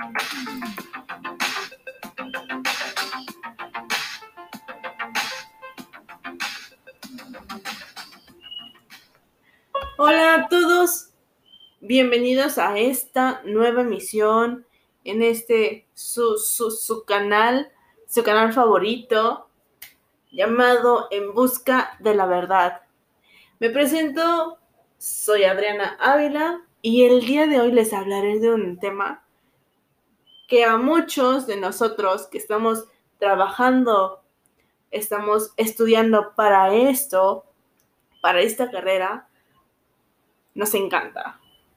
Hola a todos, bienvenidos a esta nueva emisión en su canal favorito llamado En Busca de la Verdad. Me presento, soy Adriana Ávila y el día de hoy les hablaré de un tema que a muchos de nosotros que estamos trabajando, estamos estudiando para esta carrera, nos encanta.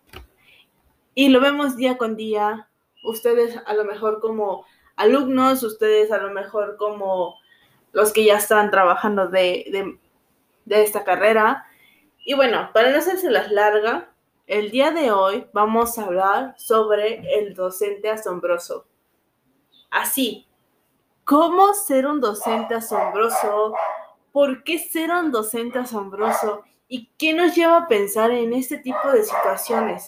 Y lo vemos día con día, ustedes a lo mejor como alumnos, ustedes a lo mejor como los que ya están trabajando de esta carrera. Y bueno, para no hacérselas larga, el día de hoy vamos a hablar sobre el docente asombroso. Así, ¿cómo ser un docente asombroso? ¿Por qué ser un docente asombroso? ¿Y qué nos lleva a pensar en este tipo de situaciones?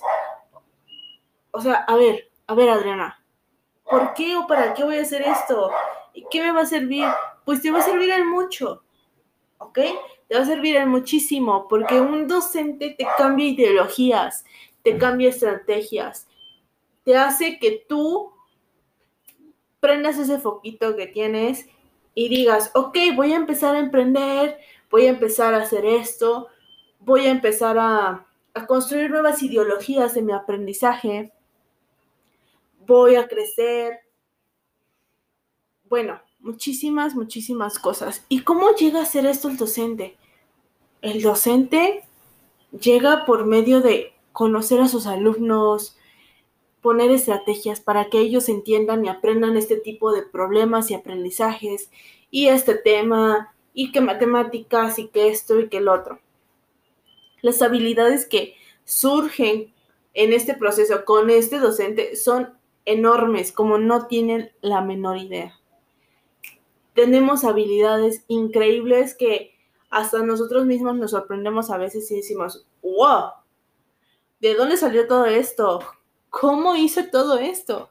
O sea, a ver, Adriana, ¿por qué o para qué voy a hacer esto? ¿Y qué me va a servir? Pues te va a servir en mucho, ¿ok? Te va a servir en muchísimo, porque un docente te cambia ideologías, te cambia estrategias, te hace que tú prendas ese foquito que tienes y digas, ok, voy a empezar a emprender, voy a empezar a hacer esto, voy a empezar a construir nuevas ideologías en mi aprendizaje, voy a crecer. Bueno, muchísimas cosas. ¿Y cómo llega a ser esto el docente? El docente llega por medio de conocer a sus alumnos, poner estrategias para que ellos entiendan y aprendan este tipo de problemas y aprendizajes, y este tema, y que matemáticas, y que esto, y que el otro. Las habilidades que surgen en este proceso con este docente son enormes, como no tienen la menor idea. Tenemos habilidades increíbles que hasta nosotros mismos nos sorprendemos a veces y decimos, wow, ¿de dónde salió todo esto? ¿Cómo hizo todo esto?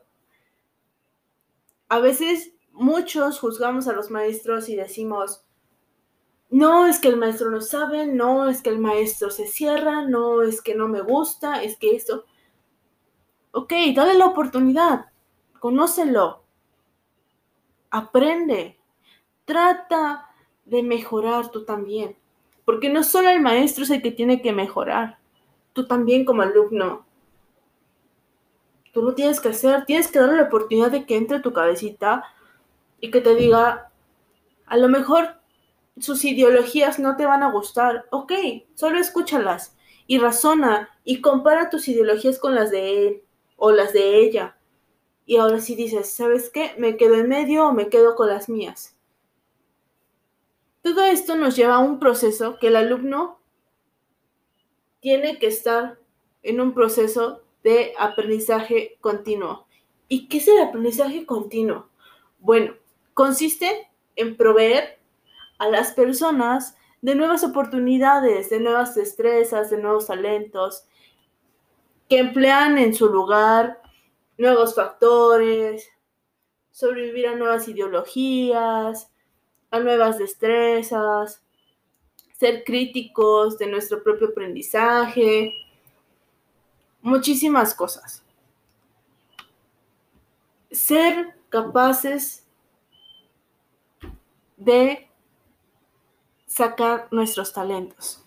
A veces muchos juzgamos a los maestros y decimos, no, es que el maestro no sabe, no, es que el maestro se cierra, no, es que no me gusta, es que esto. Ok, dale la oportunidad, conócelo, aprende, trata de mejorar tú también. Porque no solo el maestro es el que tiene que mejorar, tú también como alumno. Tú lo tienes que hacer, tienes que darle la oportunidad de que entre tu cabecita y que te diga, a lo mejor sus ideologías no te van a gustar. Ok, solo escúchalas y razona y compara tus ideologías con las de él o las de ella. Y ahora sí dices, ¿sabes qué? ¿Me quedo en medio o me quedo con las mías? Todo esto nos lleva a un proceso que el alumno tiene que estar en un proceso de aprendizaje continuo. ¿Y qué es el aprendizaje continuo? Bueno, consiste en proveer a las personas de nuevas oportunidades, de nuevas destrezas, de nuevos talentos, que emplean en su lugar nuevos factores, sobrevivir a nuevas ideologías, a nuevas destrezas, ser críticos de nuestro propio aprendizaje, muchísimas cosas. Ser capaces de sacar nuestros talentos,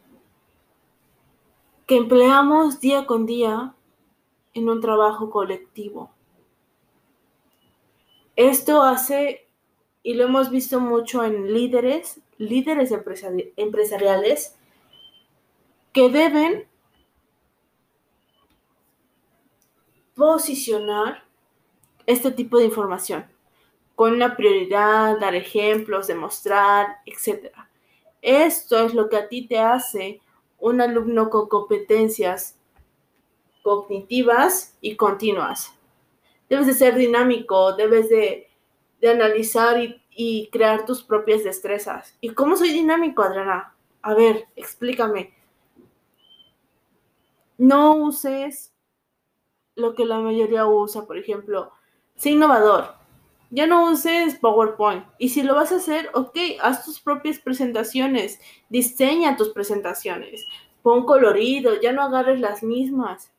que empleamos día con día en un trabajo colectivo. Esto hace, y lo hemos visto mucho en líderes empresariales, que deben posicionar este tipo de información con una prioridad, dar ejemplos, demostrar, etc. Esto es lo que a ti te hace un alumno con competencias cognitivas y continuas. Debes de ser dinámico, debes de analizar y crear tus propias destrezas. ¿Y cómo soy dinámico, Adriana? A ver, explícame. No uses lo que la mayoría usa, por ejemplo, sé innovador. Ya no uses PowerPoint. Y si lo vas a hacer, ok, haz tus propias presentaciones, diseña tus presentaciones, pon colorido, ya no agarres las mismas.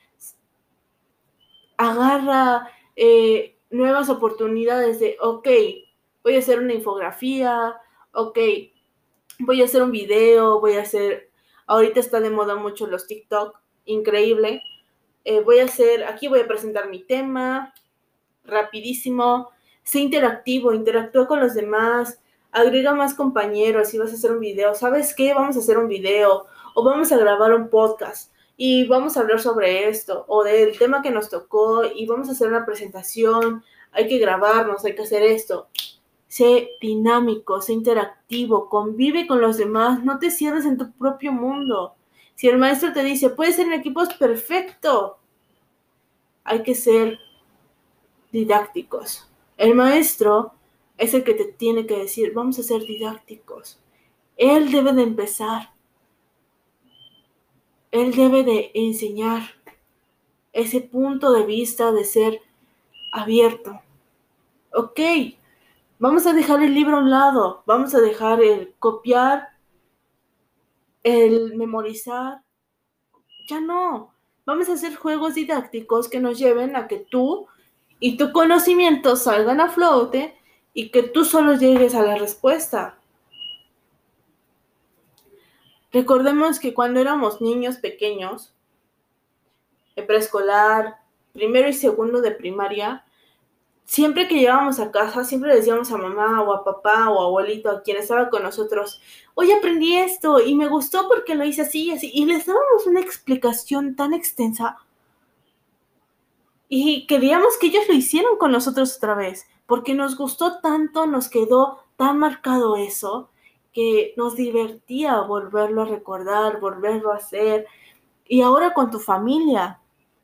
Agarra nuevas oportunidades de, ok, voy a hacer una infografía, ok, voy a hacer un video, ahorita está de moda mucho los TikTok, increíble. Aquí voy a presentar mi tema, rapidísimo, sé interactivo, interactúa con los demás, agrega más compañeros, si vas a hacer un video, ¿sabes qué? Vamos a hacer un video o vamos a grabar un podcast y vamos a hablar sobre esto o del tema que nos tocó y vamos a hacer una presentación, hay que grabarnos, hay que hacer esto. Sé dinámico, sé interactivo, convive con los demás, no te cierres en tu propio mundo. Si el maestro te dice, puedes ser en equipos, perfecto. Hay que ser didácticos. El maestro es el que te tiene que decir, vamos a ser didácticos. Él debe de empezar. Él debe de enseñar ese punto de vista de ser abierto. Ok, vamos a dejar el libro a un lado, vamos a dejar el copiar, el memorizar. Ya no. Vamos a hacer juegos didácticos que nos lleven a que tú y tu conocimiento salgan a flote y que tú solo llegues a la respuesta. Recordemos que cuando éramos niños pequeños, de preescolar, primero y segundo de primaria, siempre que llegábamos a casa, siempre le decíamos a mamá o a papá o a abuelito, a quien estaba con nosotros, hoy aprendí esto y me gustó porque lo hice así y así. Y les dábamos una explicación tan extensa y queríamos que ellos lo hicieran con nosotros otra vez, porque nos gustó tanto, nos quedó tan marcado eso, que nos divertía volverlo a recordar, volverlo a hacer. Y ahora con tu familia.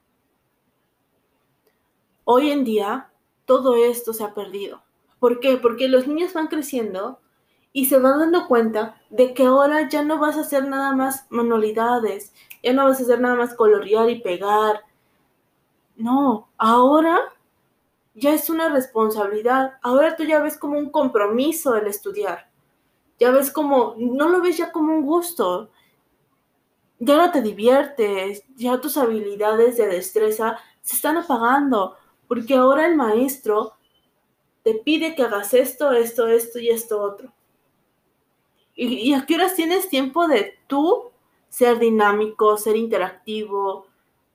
Hoy en día, todo esto se ha perdido. ¿Por qué? Porque los niños van creciendo y se van dando cuenta de que ahora ya no vas a hacer nada más manualidades, ya no vas a hacer nada más colorear y pegar. No, ahora ya es una responsabilidad. Ahora tú ya ves como un compromiso el estudiar. Ya ves como, no lo ves ya como un gusto. Ya no te diviertes, ya tus habilidades de destreza se están apagando, porque ahora el maestro te pide que hagas esto y esto otro. ¿Y a qué horas tienes tiempo de tú ser dinámico, ser interactivo,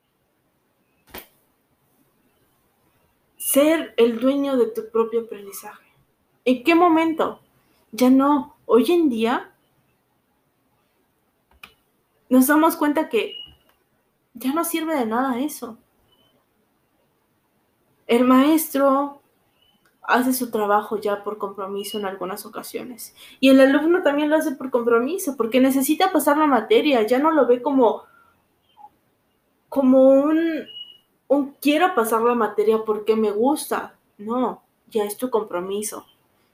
ser el dueño de tu propio aprendizaje? ¿En qué momento? Ya no. Hoy en día nos damos cuenta que ya no sirve de nada eso. El maestro hace su trabajo ya por compromiso en algunas ocasiones. Y el alumno también lo hace por compromiso, porque necesita pasar la materia, ya no lo ve como un quiero pasar la materia porque me gusta. No, ya es tu compromiso.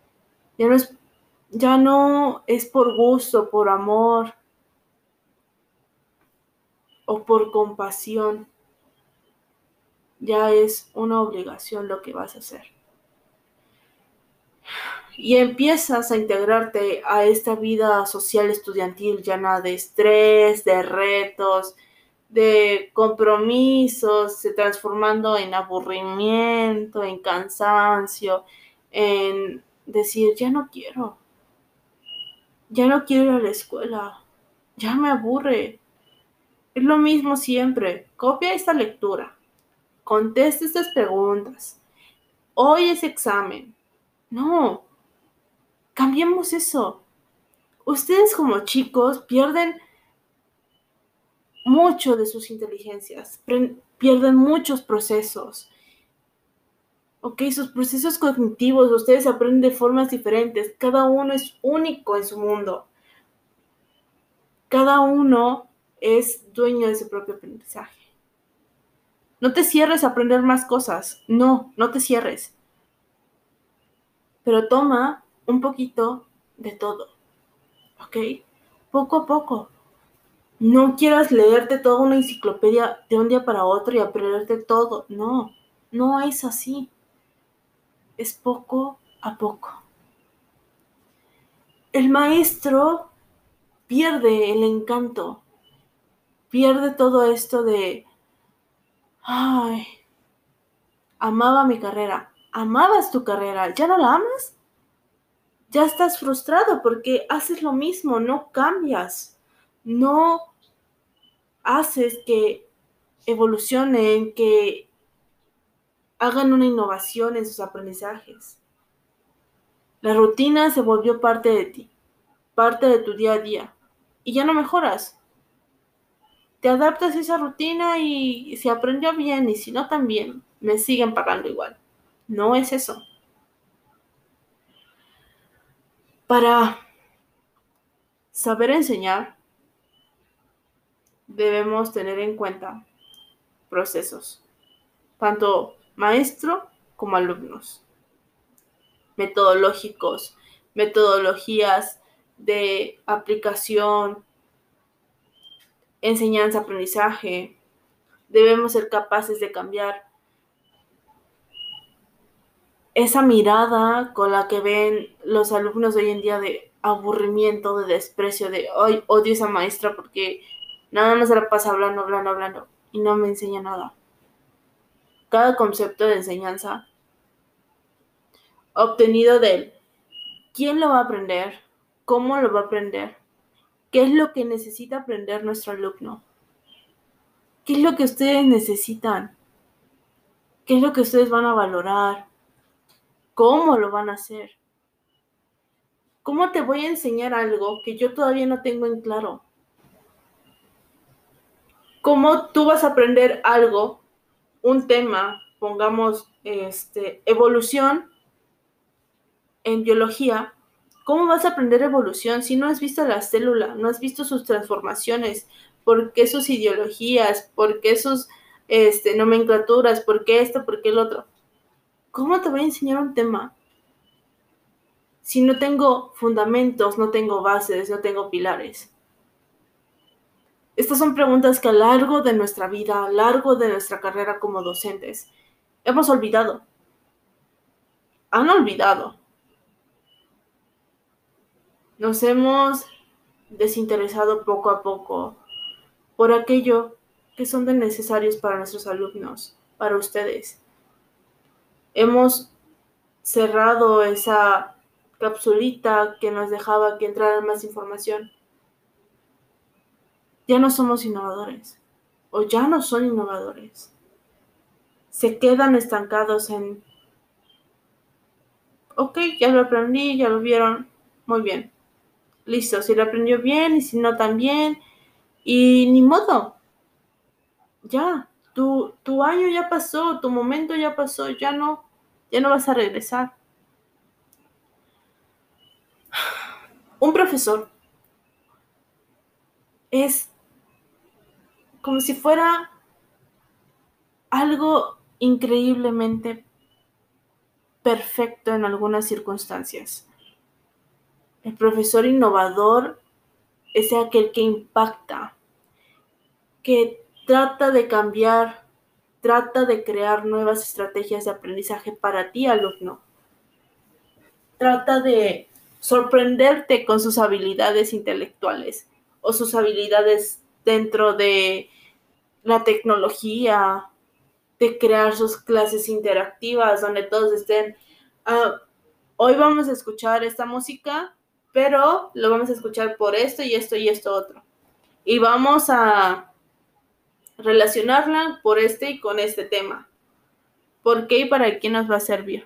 Ya no es por gusto, por amor o por compasión. Ya es una obligación lo que vas a hacer. Y empiezas a integrarte a esta vida social estudiantil llena de estrés, de retos, de compromisos, se transformando en aburrimiento, en cansancio, en decir, ya no quiero ir a la escuela, ya me aburre. Es lo mismo siempre, copia esta lectura, contesta estas preguntas, hoy es examen. No, cambiemos eso. Ustedes como chicos pierden mucho de sus inteligencias, pierden muchos procesos. Ok, sus procesos cognitivos, ustedes aprenden de formas diferentes, cada uno es único en su mundo, cada uno es dueño de su propio aprendizaje. No te cierres a aprender más cosas, no te cierres, pero toma un poquito de todo, ok, poco a poco. No quieras leerte toda una enciclopedia de un día para otro y aprenderte todo. No, no es así. Es poco a poco. El maestro pierde el encanto, pierde todo esto de, ay, amaba mi carrera, amabas tu carrera, ¿ya no la amas? Ya estás frustrado porque haces lo mismo, no cambias, no haces que evolucionen, que hagan una innovación en sus aprendizajes. La rutina se volvió parte de ti, parte de tu día a día, y ya no mejoras. Te adaptas a esa rutina y si aprendió bien y si no también, me siguen pagando igual. No es eso. Para saber enseñar, debemos tener en cuenta procesos, tanto maestro como alumnos, metodológicos, metodologías de aplicación, enseñanza, aprendizaje. Debemos ser capaces de cambiar esa mirada con la que ven los alumnos de hoy en día de aburrimiento, de desprecio, de hoy odio a esa maestra porque nada más se la pasa hablando, hablando, hablando y no me enseña nada. Cada concepto de enseñanza obtenido de él, quién lo va a aprender, cómo lo va a aprender, qué es lo que necesita aprender nuestro alumno, qué es lo que ustedes necesitan, qué es lo que ustedes van a valorar, cómo lo van a hacer. ¿Cómo te voy a enseñar algo que yo todavía no tengo en claro? ¿Cómo tú vas a aprender algo, un tema, pongamos evolución en biología? ¿Cómo vas a aprender evolución si no has visto la célula, no has visto sus transformaciones? ¿Por qué sus ideologías? ¿Por qué sus nomenclaturas? ¿Por qué esto? ¿Por qué el otro? ¿Cómo te voy a enseñar un tema si no tengo fundamentos, no tengo bases, no tengo pilares? Estas son preguntas que a lo largo de nuestra vida, a lo largo de nuestra carrera como docentes, hemos olvidado. Han olvidado. Nos hemos desinteresado poco a poco por aquello que son de necesarios para nuestros alumnos, para ustedes. Hemos cerrado esa capsulita que nos dejaba que entrara más información. Ya no somos innovadores, o ya no son innovadores. Se quedan estancados en, ok, ya lo aprendí, ya lo vieron, muy bien. Listo, si lo aprendió bien y si no también, y ni modo, ya, tu año ya pasó, tu momento ya pasó, ya no vas a regresar. Un profesor es como si fuera algo increíblemente perfecto en algunas circunstancias. El profesor innovador es aquel que impacta, que trata de cambiar, trata de crear nuevas estrategias de aprendizaje para ti, alumno. Trata de sorprenderte con sus habilidades intelectuales o sus habilidades dentro de la tecnología, de crear sus clases interactivas donde todos estén, ah, hoy vamos a escuchar esta música, pero lo vamos a escuchar por esto y esto y esto otro. Y vamos a relacionarla por este y con este tema. ¿Por qué y para qué nos va a servir?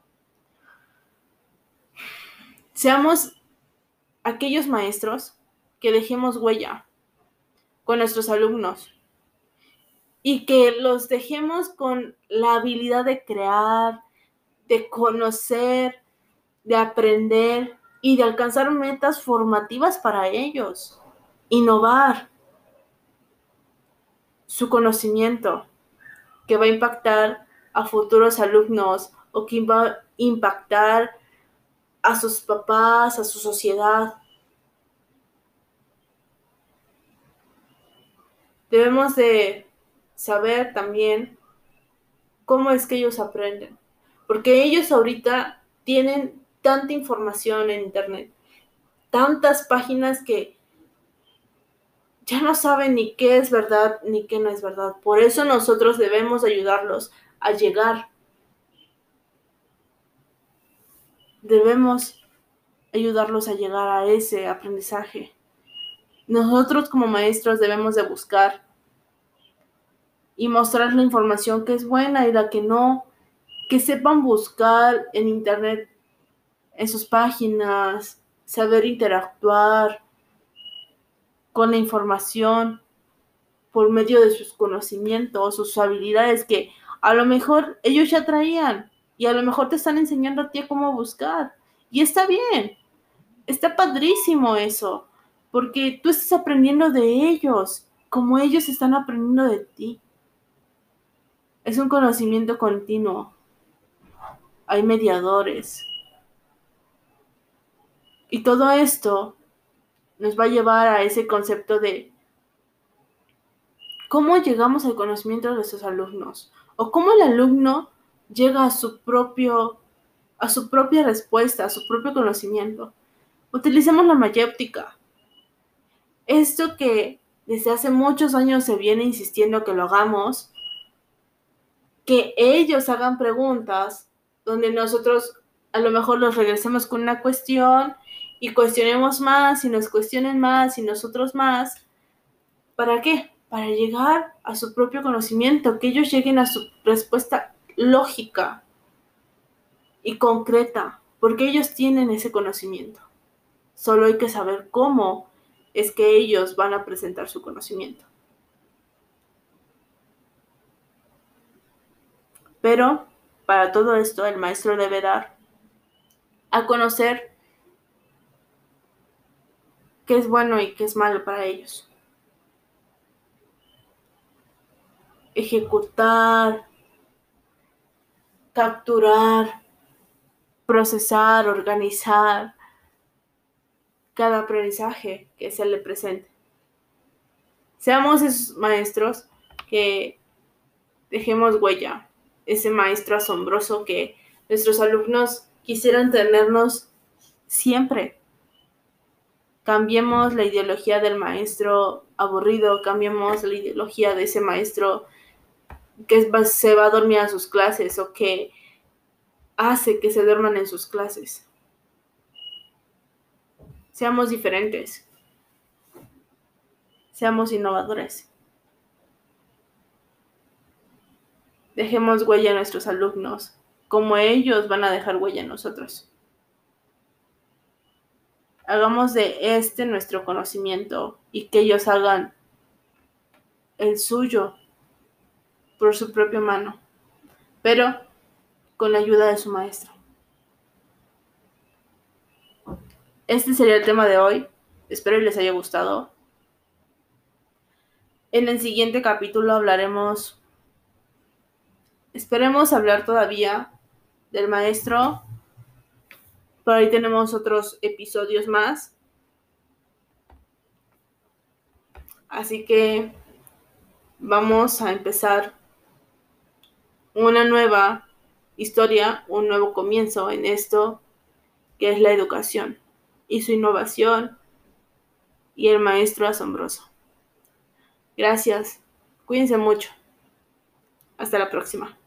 Seamos aquellos maestros que dejemos huella con nuestros alumnos y que los dejemos con la habilidad de crear, de conocer, de aprender y de alcanzar metas formativas para ellos. Innovar su conocimiento que va a impactar a futuros alumnos o que va a impactar a sus papás, a su sociedad. Debemos de saber también cómo es que ellos aprenden, porque ellos ahorita tienen tanta información en internet, tantas páginas que ya no saben ni qué es verdad ni qué no es verdad. Por eso nosotros debemos ayudarlos a llegar. Debemos ayudarlos a llegar a ese aprendizaje. Nosotros como maestros debemos de buscar y mostrar la información que es buena y la que no, que sepan buscar en internet, en sus páginas, saber interactuar con la información por medio de sus conocimientos, sus habilidades que a lo mejor ellos ya traían y a lo mejor te están enseñando a ti cómo buscar. Y está bien, está padrísimo eso, porque tú estás aprendiendo de ellos, como ellos están aprendiendo de ti. Es un conocimiento continuo. Hay mediadores. Y todo esto nos va a llevar a ese concepto de cómo llegamos al conocimiento de nuestros alumnos o cómo el alumno llega a su propia respuesta, a su propio conocimiento. Utilicemos la mayéutica. Esto que desde hace muchos años se viene insistiendo que lo hagamos, que ellos hagan preguntas donde nosotros a lo mejor los regresemos con una cuestión y cuestionemos más y nos cuestionen más y nosotros más. ¿Para qué? Para llegar a su propio conocimiento, que ellos lleguen a su respuesta lógica y concreta, porque ellos tienen ese conocimiento. Solo hay que saber cómo es que ellos van a presentar su conocimiento. Pero para todo esto el maestro debe dar a conocer qué es bueno y qué es malo para ellos. Ejecutar, capturar, procesar, organizar cada aprendizaje que se le presente. Seamos esos maestros que dejemos huella, ese maestro asombroso que nuestros alumnos quisieran tenernos siempre. Cambiemos la ideología del maestro aburrido, cambiemos la ideología de ese maestro que se va a dormir a sus clases o que hace que se duerman en sus clases. Seamos diferentes. Seamos innovadores. Dejemos huella en nuestros alumnos, como ellos van a dejar huella en nosotros. Hagamos de este nuestro conocimiento y que ellos hagan el suyo por su propia mano, pero con la ayuda de su maestro. Este sería el tema de hoy. Espero que les haya gustado. En el siguiente capítulo esperemos hablar todavía del maestro. Por ahí tenemos otros episodios más. Así que vamos a empezar una nueva historia, un nuevo comienzo en esto que es la educación y su innovación y el maestro asombroso. Gracias. Cuídense mucho. Hasta la próxima.